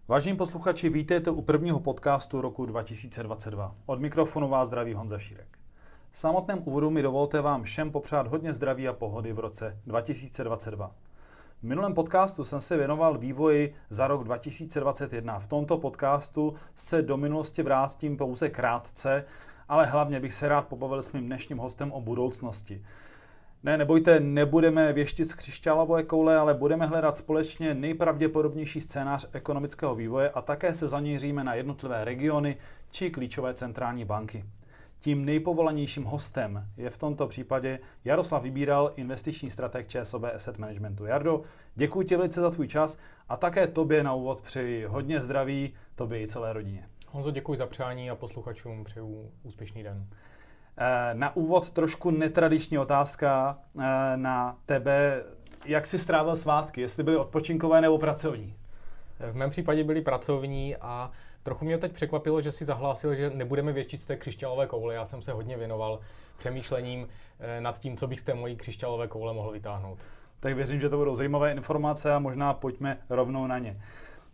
Vážení posluchači, vítejte u prvního podcastu roku 2022. Od mikrofonu vás zdraví Honza Šírek. V samotném úvodu mi dovolte vám všem popřát hodně zdraví a pohody v roce 2022. V minulém podcastu jsem se věnoval vývoji za rok 2021. V tomto podcastu se do minulosti vrátím pouze krátce, ale hlavně bych se rád pobavil s mým dnešním hostem o budoucnosti. Nebojte, nebudeme věštit z křišťálové koule, ale budeme hledat společně nejpravděpodobnější scénář ekonomického vývoje a také se zaměříme na jednotlivé regiony či klíčové centrální banky. Tím nejpovolanějším hostem je v tomto případě Jaroslav Vybíral, investiční strateg ČSOB Asset Managementu. Jardo, děkuji ti velice za tvůj čas a také tobě na úvod přeji hodně zdraví, tobě i celé rodině. Honzo, děkuji za přání a posluchačům přeju úspěšný den. Na úvod trošku netradiční otázka na tebe. Jak jsi strávil svátky? Jestli byly odpočinkové nebo pracovní? V mém případě byly pracovní a trochu mě teď překvapilo, že jsi zahlásil, že nebudeme věštit z té křišťálové koule. Já jsem se hodně věnoval přemýšlením nad tím, co bych z té mojí křišťálové koule mohl vytáhnout. Tak věřím, že to budou zajímavé informace a možná pojďme rovnou na ně.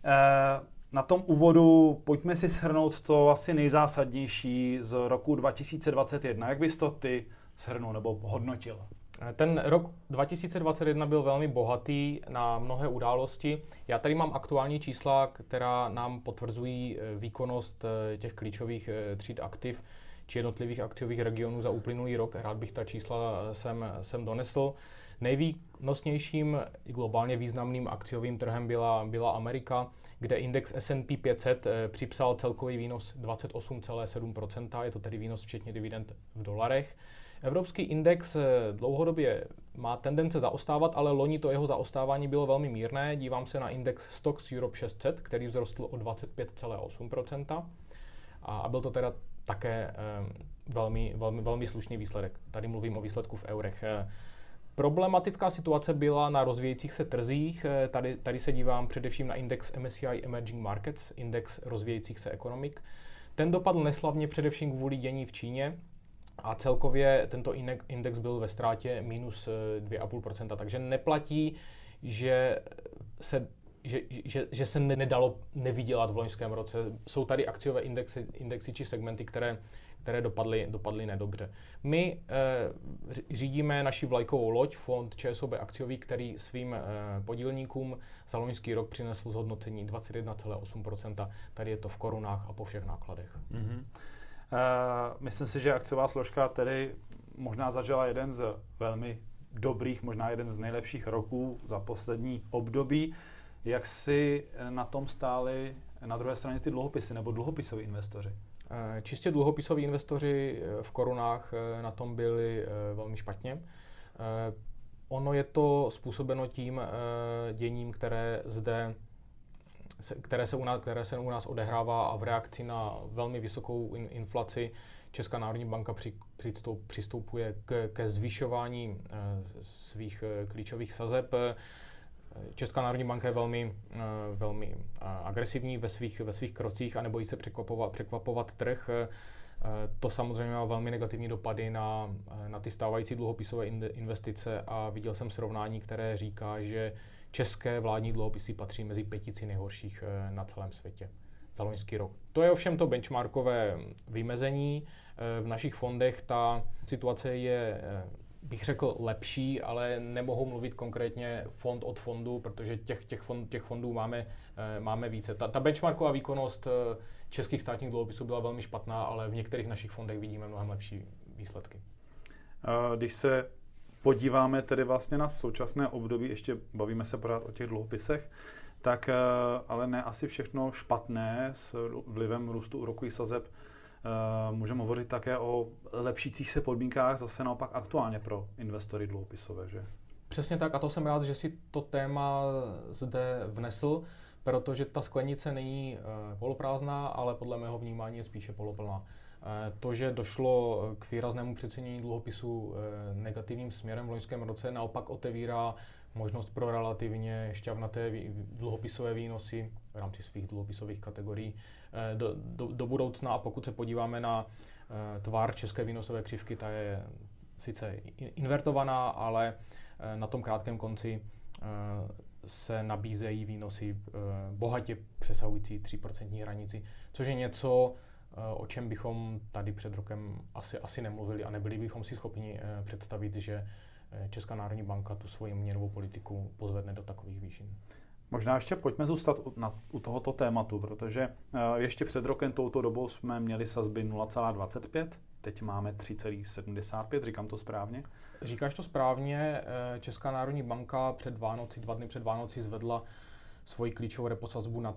Na tom úvodu pojďme si shrnout to asi nejzásadnější z roku 2021. Jak bys to ty shrnul nebo hodnotil? Ten rok 2021 byl velmi bohatý na mnohé události. Já tady mám aktuální čísla, která nám potvrzují výkonnost těch klíčových tříd aktiv či jednotlivých akciových regionů za uplynulý rok. Rád bych ta čísla sem donesl. Nejvýnosnějším globálně významným akciovým trhem byla Amerika, kde index S&P 500 připsal celkový výnos 28,7%, je to tedy výnos včetně dividend v dolarech. Evropský index dlouhodobě má tendence zaostávat, ale loni to jeho zaostávání bylo velmi mírné. Dívám se na index Stoxx Europe 600, který vzrostl o 25,8%. A byl to teda také velmi slušný výsledek. Tady mluvím o výsledku v eurech. Problematická situace byla na rozvíjejících se trzích. Tady se dívám především na index MSCI Emerging Markets, index rozvíjejících se ekonomik. Ten dopadl neslavně především kvůli dění v Číně a celkově tento index byl ve ztrátě minus 2,5%. Takže neplatí, že se nedalo nevydělat v loňském roce. Jsou tady akciové indexy či segmenty, které dopadly nedobře. My řídíme naši vlajkovou loď, fond ČSOB akciový, který svým podílníkům za loňský rok přinesl zhodnocení 21,8%. Tady je to v korunách a po všech nákladech. Mm-hmm. Myslím si, že akciová složka tedy možná zažila jeden z velmi dobrých, možná jeden z nejlepších roků za poslední období. Jak si na tom stáli na druhé straně ty dluhopisy nebo dluhopisoví investoři? Čistě dluhopisoví investoři v korunách na tom byli velmi špatně. Ono je to způsobeno tím děním, které se u nás odehrává a v reakci na velmi vysokou inflaci Česká národní banka přistupuje ke zvyšování svých klíčových sazeb. Česká národní banka je velmi agresivní ve svých krocích a nebojí se překvapovat trh. To samozřejmě má velmi negativní dopady na ty stávající dluhopisové investice a viděl jsem srovnání, které říká, že české vládní dluhopisy patří mezi 5 nejhorších na celém světě za loňský rok. To je ovšem to benchmarkové vymezení. V našich fondech ta situace je, bych řekl, lepší, ale nemohu mluvit konkrétně fond od fondu, protože těch fondů máme více. Ta benchmarková výkonnost českých státních dluhopisů byla velmi špatná, ale v některých našich fondech vidíme mnohem lepší výsledky. Když se podíváme tedy vlastně na současné období, ještě bavíme se pořád o těch dluhopisech, tak ale ne asi všechno špatné s vlivem růstu úrokových sazeb. Můžeme hovořit také o lepšících se podmínkách zase naopak aktuálně pro investory dluhopisové, že? Přesně tak a to jsem rád, že si to téma zde vnesl, protože ta sklenice není poloprázdná, ale podle mého vnímání je spíše poloplná. To, že došlo k výraznému přecenění dluhopisů negativním směrem v loňském roce, naopak otevírá možnost pro relativně šťavnaté dluhopisové výnosy v rámci svých dluhopisových kategorií do budoucna. A pokud se podíváme na tvar české výnosové křivky, ta je sice invertovaná, ale na tom krátkém konci se nabízejí výnosy bohatě přesahující 3% hranici, což je něco, o čem bychom tady před rokem asi nemluvili a nebyli bychom si schopni představit, že Česká národní banka tu svoji měnovou politiku pozvedne do takových výšin. Možná ještě pojďme zůstat u tohoto tématu, protože ještě před rokem touto dobou jsme měli sazby 0,25, teď máme 3,75, říkám to správně? Říkáš to správně, Česká národní banka před Vánoci, 2 dny před Vánoci zvedla svoji klíčovou reposazbu na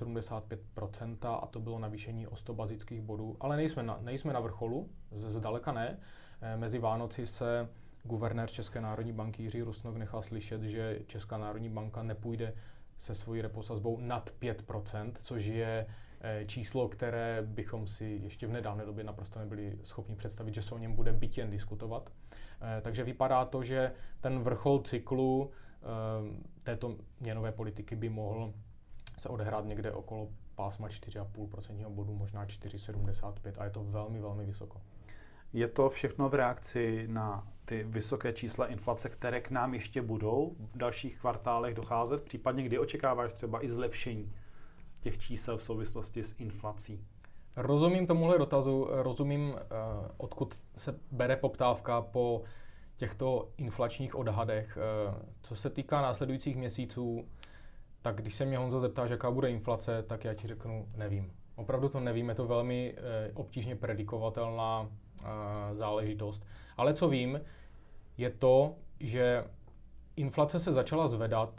3,75% a to bylo navýšení o 100 bazických bodů, ale nejsme na vrcholu, zdaleka ne. Mezi Vánoci se guvernér České národní banky Jiří Rusnok nechal slyšet, že Česká národní banka nepůjde se svojí reposazbou nad 5%, což je číslo, které bychom si ještě v nedávné době naprosto nebyli schopni představit, že se o něm bude byť jen diskutovat. Takže vypadá to, že ten vrchol cyklu této měnové politiky by mohl se odehrát někde okolo pásma 4,5% bodu, možná 4,75 a je to velmi, velmi vysoko. Je to všechno v reakci na ty vysoké čísla inflace, které k nám ještě budou v dalších kvartálech docházet, případně kdy očekáváš třeba i zlepšení těch čísel v souvislosti s inflací? Rozumím tomuhle dotazu, rozumím, odkud se bere poptávka po těchto inflačních odhadech. Co se týká následujících měsíců, tak když se mě, Honzo, zeptáš, jaká bude inflace, tak já ti řeknu, nevím. Opravdu to nevím, je to velmi obtížně predikovatelná záležitost. Ale co vím, je to, že inflace se začala zvedat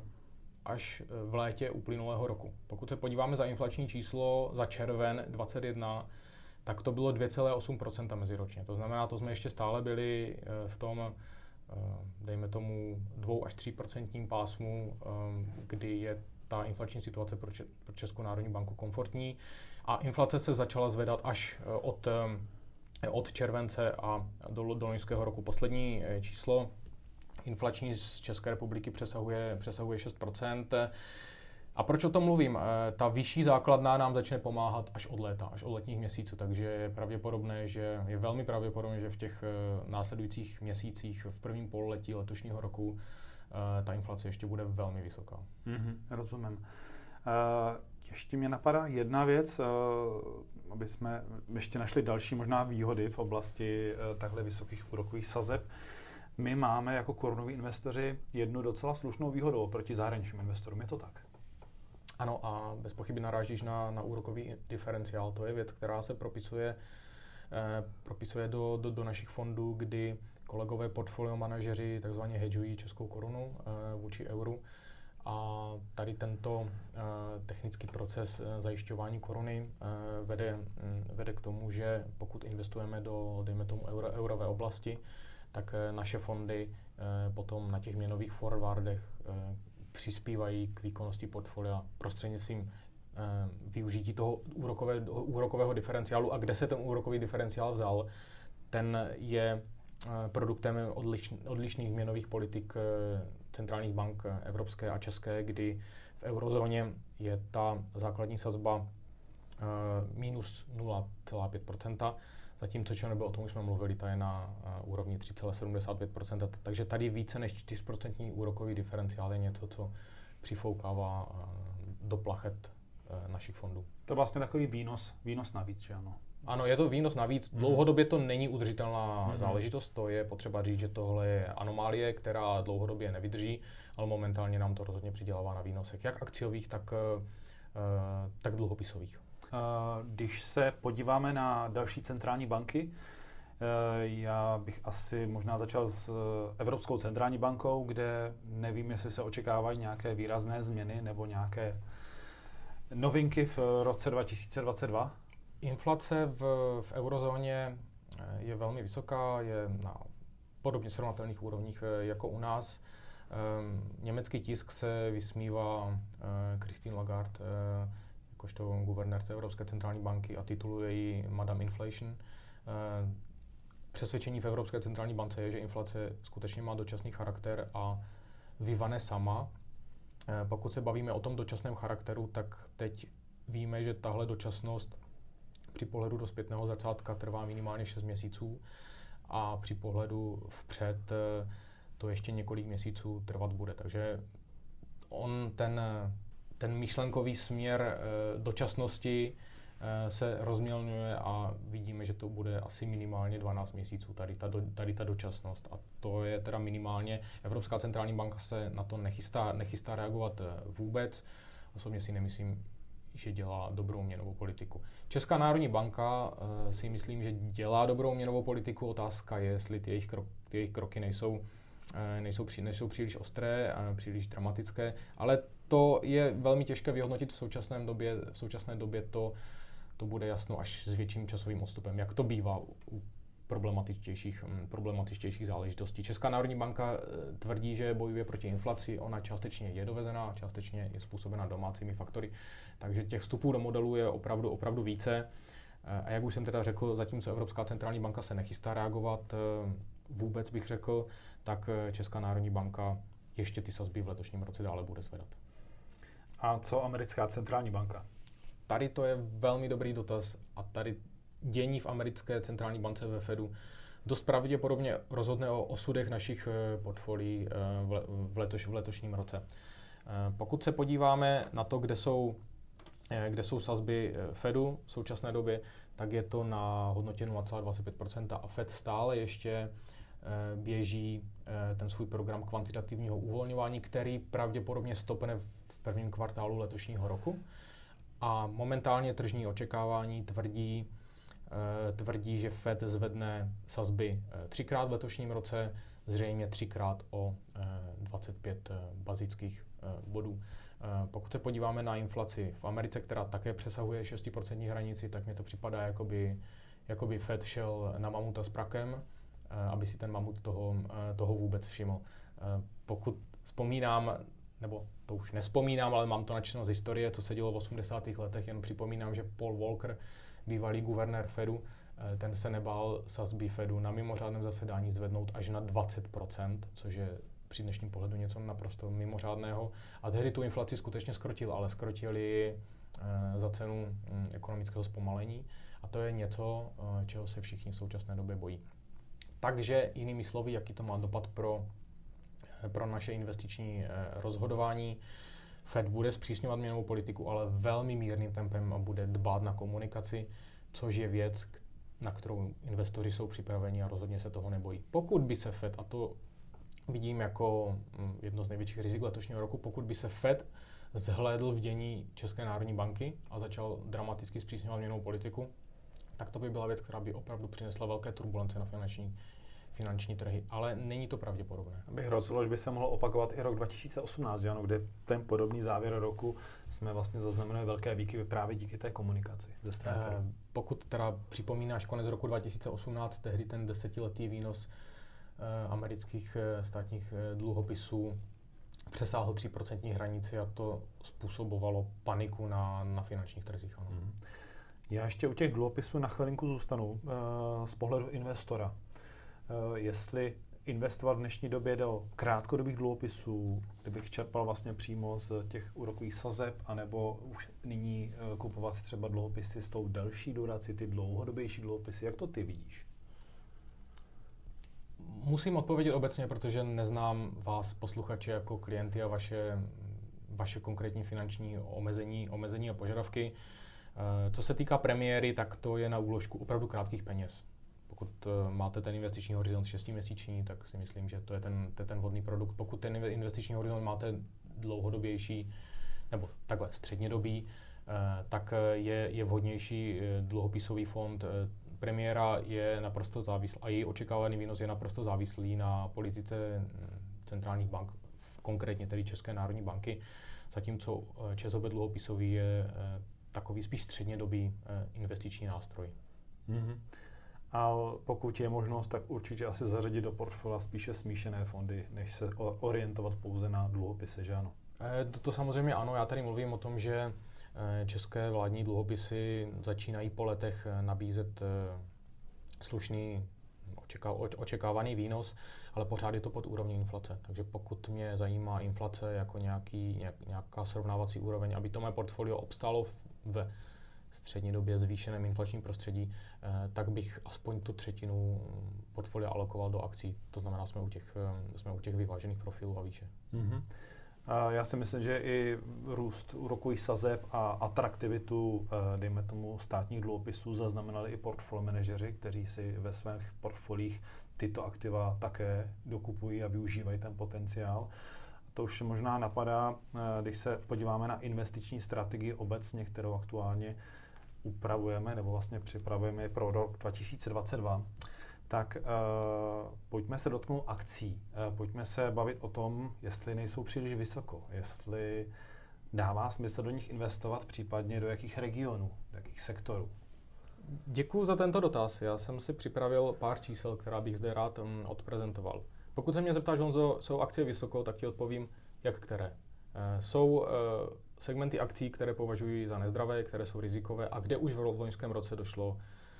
až v létě uplynulého roku. Pokud se podíváme za inflační číslo za červen 2021, tak to bylo 2,8% meziročně. To znamená, to jsme ještě stále byli v tom, dejme tomu, 2 až 3% pásmu, kdy je ta inflační situace pro Českou národní banku komfortní. A inflace se začala zvedat až od července a do loňského roku. Poslední číslo inflační z České republiky přesahuje 6%. A proč o tom mluvím? Ta vyšší základna nám začne pomáhat až od léta, až od letních měsíců, takže je velmi pravděpodobné, že v těch následujících měsících v prvním pololetí letošního roku ta inflace ještě bude velmi vysoká. Rozumím. Ještě mě napadá jedna věc, aby jsme ještě našli další možná výhody v oblasti takhle vysokých úrokových sazeb. My máme jako korunoví investoři jednu docela slušnou výhodu oproti zahraničním investorům, je to tak? Ano, a bez pochyby narážíš na úrokový diferenciál. To je věc, která se propisuje do našich fondů, kdy kolegové portfolio manažeři takzvaně hedžují českou korunu vůči euru. A tady tento technický proces zajišťování koruny vede k tomu, že pokud investujeme do, dejme tomu, eurové oblasti, tak naše fondy potom na těch měnových forwardech přispívají k výkonnosti portfolia prostřednictvím využití toho úrokového diferenciálu. A kde se ten úrokový diferenciál vzal, ten je produktem odlišných měnových politik centrálních bank evropské a české, kdy v eurozóně je ta základní sazba minus 0,5%, zatímco ČNB, o tom už jsme mluvili, ta je na úrovni 3,75%, takže tady více než 4% úrokový diferenciál je něco, co přifoukává do plachet našich fondů. To je vlastně takový výnos navíc, že ano? Ano, je to výnos navíc. Dlouhodobě to není udržitelná záležitost, to je potřeba říct, že tohle je anomálie, která dlouhodobě nevydrží, ale momentálně nám to rozhodně přidělává na výnosech, jak akciových, tak dluhopisových. Když se podíváme na další centrální banky, já bych asi možná začal s Evropskou centrální bankou, kde nevím, jestli se očekávají nějaké výrazné změny nebo nějaké novinky v roce 2022. Inflace v eurozóně je velmi vysoká, je na podobně srovnatelných úrovních jako u nás. Německý tisk se vysmívá Christine Lagarde jakožto guvernérce Evropské centrální banky a tituluje ji Madame Inflation. Přesvědčení v Evropské centrální bance je, že inflace skutečně má dočasný charakter a vyvane sama. Pokud se bavíme o tom dočasném charakteru, tak teď víme, že tahle dočasnost při pohledu do zpětného zrcátka trvá minimálně 6 měsíců a při pohledu vpřed to ještě několik měsíců trvat bude. Takže on ten myšlenkový směr dočasnosti se rozmělňuje a vidíme, že to bude asi minimálně 12 měsíců, tady ta dočasnost. A to je teda minimálně. Evropská centrální banka se na to nechystá reagovat vůbec. Osobně si nemyslím, že dělá dobrou měnovou politiku. Česká národní banka si myslím, že dělá dobrou měnovou politiku. Otázka je, jestli ty jejich kroky nejsou příliš ostré, příliš dramatické, ale to je velmi těžké vyhodnotit v současné době to bude jasno až s větším časovým odstupem, jak to bývá u problematičtějších záležitostí. Česká národní banka tvrdí, že bojuje proti inflaci, ona částečně je dovezená, částečně je způsobena domácími faktory, takže těch vstupů do modelu je opravdu více. A jak už jsem teda řekl, zatímco Evropská centrální banka se nechystá reagovat, vůbec bych řekl, tak Česká národní banka ještě ty sazby v letošním roce dále bude zvedat. A co americká centrální banka? Tady to je velmi dobrý dotaz a tady dění v americké centrální bance ve Fedu dost pravděpodobně rozhodne o osudech našich portfolií v letošním roce. Pokud se podíváme na to, kde jsou sazby Fedu v současné době, tak je to na hodnotě 0,25% a Fed stále ještě běží ten svůj program kvantitativního uvolňování, který pravděpodobně stopne v prvním kvartálu letošního roku. A momentálně tržní očekávání tvrdí, že Fed zvedne sazby 3krát v letošním roce, zřejmě 3krát o 25 bazických bodů. Pokud se podíváme na inflaci v Americe, která také přesahuje 6% hranici, tak mi to připadá, jako by Fed šel na mamuta s prakem, aby si ten mamut toho vůbec všiml. Pokud vzpomínám, nebo to už nespomínám, ale mám to načteno z historie, co se dělo v 80. letech, jen připomínám, že Paul Volcker, bývalý guvernér Fedu, ten se nebál sazby Fedu na mimořádném zasedání zvednout až na 20%, což je při dnešním pohledu něco naprosto mimořádného. A tehdy tu inflaci skutečně skrotil, ale skrotil ji za cenu ekonomického zpomalení. A to je něco, čeho se všichni v současné době bojí. Takže jinými slovy, jaký to má dopad pro naše investiční rozhodování. Fed bude zpřísňovat měnovou politiku, ale velmi mírným tempem a bude dbát na komunikaci, což je věc, na kterou investoři jsou připraveni a rozhodně se toho nebojí. Pokud by se Fed, a to vidím jako jedno z největších rizik letošního roku, pokud by se Fed zhlédl v dění České národní banky a začal dramaticky zpřísňovat měnovou politiku, tak to by byla věc, která by opravdu přinesla velké turbulence na finanční trhy, ale není to pravděpodobné. Abych hrozilo, že by se mohlo opakovat i rok 2018, že ano, kde ten podobný závěr roku jsme vlastně zaznamenali velké výkyvy právě díky té komunikaci ze strany Fedu. Pokud teda připomínáš konec roku 2018, tehdy ten 10letý výnos amerických státních dluhopisů přesáhl 3% hranici a to způsobovalo paniku na finančních trzích. Ano. Já ještě u těch dluhopisů na chvilinku zůstanu z pohledu investora. Jestli investovat v dnešní době do krátkodobých dluhopisů, kdybych čerpal vlastně přímo z těch úrokových sazeb, anebo už nyní kupovat třeba dluhopisy s tou delší durací, ty dlouhodobější dluhopisy, jak to ty vidíš? Musím odpovědět obecně, protože neznám vás, posluchače, jako klienty a vaše konkrétní finanční omezení a požadavky. Co se týká premiéry, tak to je na úložku opravdu krátkých peněz. Pokud máte ten investiční horizont 6měsíční, tak si myslím, že to je ten vhodný produkt. Pokud ten investiční horizont máte dlouhodobější nebo takhle střednědobý, tak je vhodnější dluhopisový fond. Premiéra je naprosto závislá a její očekávaný výnos je naprosto závislý na politice centrálních bank, konkrétně tedy České národní banky, zatímco ČSOB dluhopisový je takový spíš střednědobý investiční nástroj. Mm-hmm. A pokud je možnost, tak určitě asi zařadit do portfolia spíše smíšené fondy, než se orientovat pouze na dluhopisy, že ano? To samozřejmě ano, já tady mluvím o tom, že české vládní dluhopisy začínají po letech nabízet slušný očekávaný výnos, ale pořád je to pod úrovní inflace. Takže pokud mě zajímá inflace jako nějaká srovnávací úroveň, aby to mé portfolio obstálo v střednědobě zvýšeném inflačním prostředí, tak bych aspoň tu třetinu portfolia alokoval do akcí. To znamená, jsme u těch vyvážených profilů a výše. Mm-hmm. Já si myslím, že i růst úrokových sazeb a atraktivitu, dejme tomu, státních dluhopisů zaznamenali i portfolio manažeři, kteří si ve svých portfolích tyto aktiva také dokupují a využívají ten potenciál. To už možná napadá, když se podíváme na investiční strategii obecně, kterou aktuálně upravujeme nebo vlastně připravujeme pro rok 2022. Tak pojďme se dotknout akcí. Pojďme se bavit o tom, jestli nejsou příliš vysoko, jestli dává smysl do nich investovat, případně do jakých regionů, do jakých sektorů. Děkuji za tento dotaz. Já jsem si připravil pár čísel, která bych zde rád odprezentoval. Pokud se mě zeptáš, Honzo, jsou akcie vysoko, tak ti odpovím, jak které. Jsou segmenty akcí, které považuji za nezdravé, které jsou rizikové a kde už v loňském roce došlo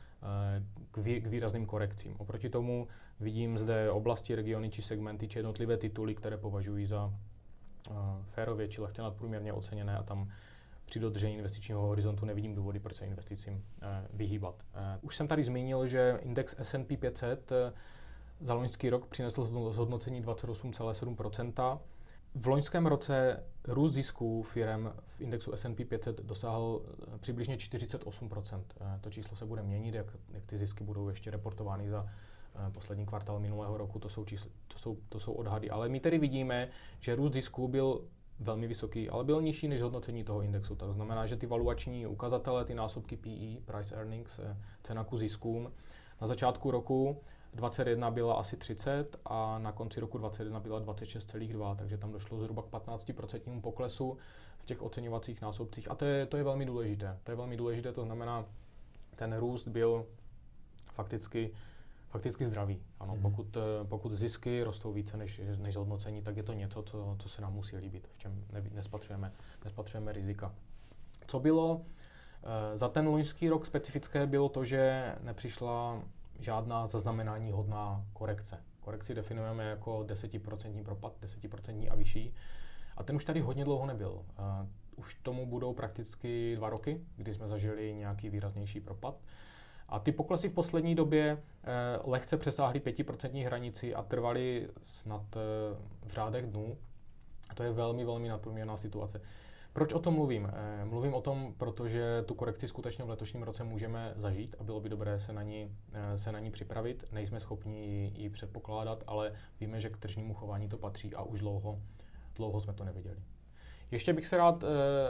k výrazným korekcím. Oproti tomu vidím zde oblasti, regiony či segmenty či jednotlivé tituly, které považuji za férově či lehce nadprůměrně oceněné a tam při dodržení investičního horizontu nevidím důvody, proč se investicím vyhýbat. Už jsem tady zmínil, že index S&P 500 za loňský rok přinesl zhodnocení 28,7%. V loňském roce růst zisků firem v indexu S&P 500 dosáhl přibližně 48%. To číslo se bude měnit, jak ty zisky budou ještě reportovány za poslední kvartál minulého roku, to jsou odhady. Ale my tedy vidíme, že růst zisků byl velmi vysoký, ale byl nižší než hodnocení toho indexu. To znamená, že ty valuační ukazatele, ty násobky PE, Price Earnings, cena ku ziskům, na začátku roku 2021 byla asi 30 a na konci roku 2021 byla 26,2, takže tam došlo zhruba k 15% poklesu v těch oceňovacích násobcích a to je velmi důležité. To je velmi důležité, to znamená, ten růst byl fakticky zdravý. Ano, pokud zisky rostou více než hodnocení, tak je to něco, co se nám musí líbit, v čem nespatřujeme rizika. Co bylo za ten loňský rok specifické, bylo to, že nepřišla žádná zaznamenání hodná korekce. Korekci definujeme jako 10% propad, 10% a vyšší. A ten už tady hodně dlouho nebyl. Už tomu budou prakticky 2 roky, kdy jsme zažili nějaký výraznější propad. A ty poklesy v poslední době lehce přesáhly 5% hranici a trvaly snad v řádech dnů. A to je velmi, velmi nadprůměrná situace. Proč o tom mluvím? Mluvím o tom, protože tu korekci skutečně v letošním roce můžeme zažít a bylo by dobré se na ní připravit. Nejsme schopni ji předpokládat, ale víme, že k tržnímu chování to patří a už dlouho jsme to neviděli. Ještě bych se rád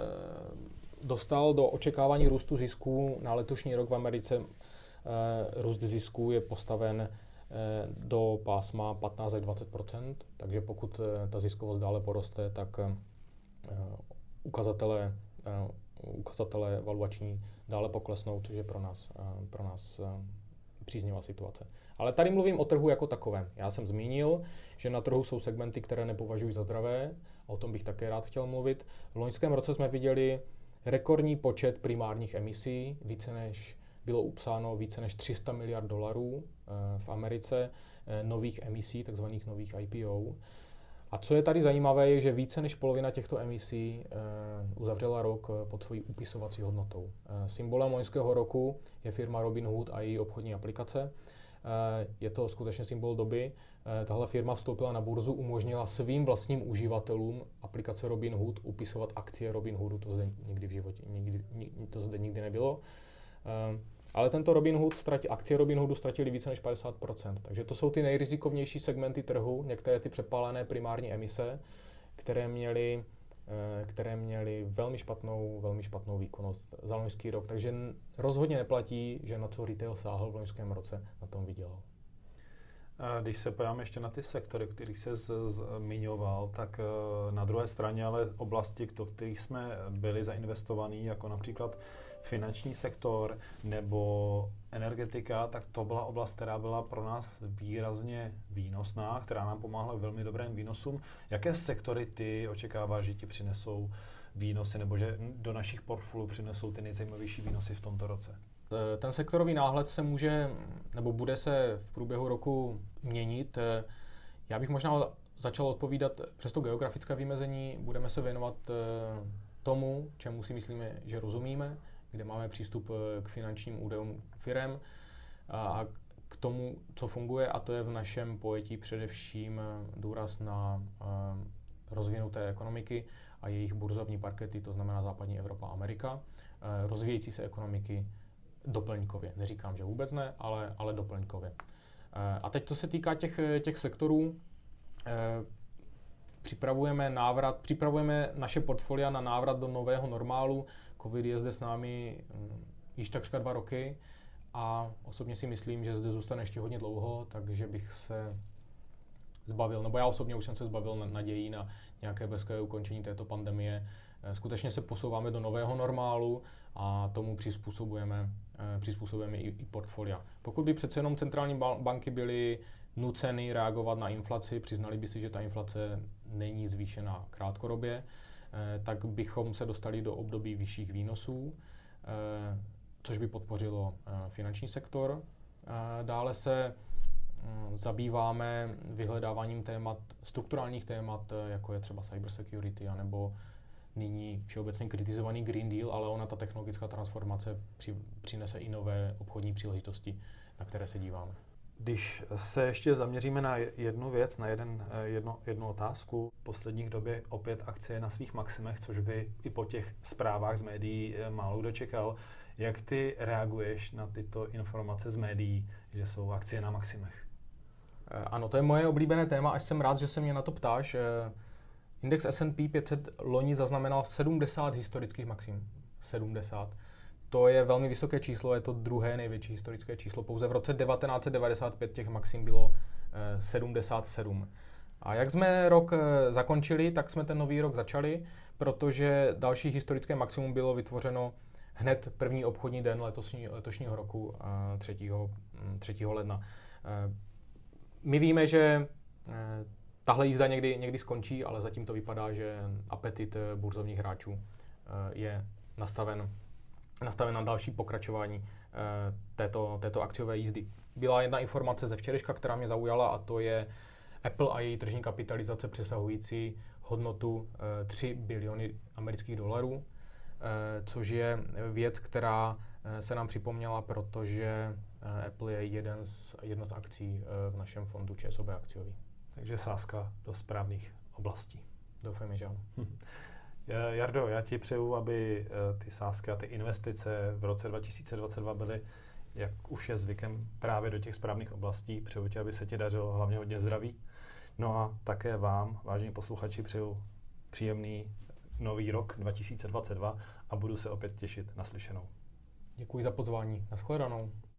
dostal do očekávání růstu zisků na letošní rok v Americe. Růst zisků je postaven do pásma 15 až 20%, takže pokud ta ziskovost dále poroste, tak ukazatele valuační dále poklesnou, což je pro nás příznivá situace. Ale tady mluvím o trhu jako takovém. Já jsem zmínil, že na trhu jsou segmenty, které nepovažuji za zdravé, a o tom bych také rád chtěl mluvit. V loňském roce jsme viděli rekordní počet primárních emisí, bylo upsáno více než $300 miliard v Americe nových emisí, takzvaných nových IPO. A co je tady zajímavé, je, že více než polovina těchto emisí uzavřela rok pod svojí upisovací hodnotou. Symbolem loňského roku je firma Robinhood a její obchodní aplikace. Je to skutečně symbol doby. Tahle firma vstoupila na burzu, umožnila svým vlastním uživatelům aplikace Robinhood upisovat akcie Robinhoodu. To zde nikdy v životě nikdy nebylo. Ale akcie Robinhoodu ztratily více než 50%. Takže to jsou ty nejrizikovější segmenty trhu, některé ty přepálené primární emise, které měly velmi špatnou výkonnost za loňský rok. Takže rozhodně neplatí, že na co retail sáhl v loňském roce, na tom vydělal. Když se podíváme ještě na ty sektory, kterých se zmiňoval, tak na druhé straně ale oblasti, do kterých jsme byli zainvestovaní, jako například finanční sektor nebo energetika, tak to byla oblast, která byla pro nás výrazně výnosná, která nám pomáhala velmi dobrým výnosům. Jaké sektory ty očekáváš, že ti přinesou výnosy nebo že do našich portfoliů přinesou ty nejzajímavější výnosy v tomto roce? Ten sektorový náhled se bude se v průběhu roku měnit. Já bych možná začal odpovídat přes to geografické vymezení. Budeme se věnovat tomu, čemu si myslíme, že rozumíme. kde máme přístup k finančním údajům firem a k tomu, co funguje, a to je v našem pojetí především důraz na rozvinuté ekonomiky a jejich burzovní parkety, to znamená západní Evropa a Amerika, rozvíjející se ekonomiky doplňkově. Neříkám, že vůbec ne, ale doplňkově. A teď, co se týká těch sektorů, připravujeme naše portfolia na návrat do nového normálu. Covid je zde s námi již takřka 2 roky a osobně si myslím, že zde zůstane ještě hodně dlouho, takže bych se zbavil, nebo já osobně už jsem se zbavil nadějí na nějaké brzké ukončení této pandemie. Skutečně se posouváme do nového normálu a tomu přizpůsobujeme i portfolia. Pokud by přece jenom centrální banky byly nuceny reagovat na inflaci, přiznali by si, že ta inflace není zvýšená krátkodobě, tak bychom se dostali do období vyšších výnosů, což by podpořilo finanční sektor. Dále se zabýváme vyhledáváním strukturálních témat, jako je třeba cybersecurity, anebo nyní všeobecně kritizovaný Green Deal, ale ona ta technologická transformace přinese i nové obchodní příležitosti, na které se díváme. Když se ještě zaměříme na jednu věc, na jednu otázku, v posledních době opět akcie na svých maximech, což by i po těch zprávách z médií málo kdo čekal. Jak ty reaguješ na tyto informace z médií, že jsou akcie na maximech? Ano, to je moje oblíbené téma, až jsem rád, že se mě na to ptáš. Index S&P 500 loni zaznamenal 70 historických maxim. 70. To je velmi vysoké číslo, je to druhé největší historické číslo. Pouze v roce 1995 těch maxim bylo 77. A jak jsme rok zakončili, tak jsme ten nový rok začali, protože další historické maximum bylo vytvořeno hned první obchodní den letošního roku, 3. ledna. My víme, že tahle jízda někdy skončí, ale zatím to vypadá, že apetit burzovních hráčů je nastaven na další pokračování této akciové jízdy. Byla jedna informace ze včerejška, která mě zaujala, a to je Apple a její tržní kapitalizace přesahující hodnotu 3 biliony amerických dolarů, což je věc, která se nám připomněla, protože Apple je jedna z akcí v našem fondu ČSOB akciový. Takže sázka do správných oblastí. Doufejme, že ano. Jardo, já ti přeju, aby ty sázky a ty investice v roce 2022 byly, jak už je zvykem, právě do těch správných oblastí. Přeju ti, aby se ti dařilo, hlavně hodně zdraví. No a také vám, vážení posluchači, přeju příjemný nový rok 2022 a budu se opět těšit na slyšenou. Děkuji za pozvání. Nashledanou.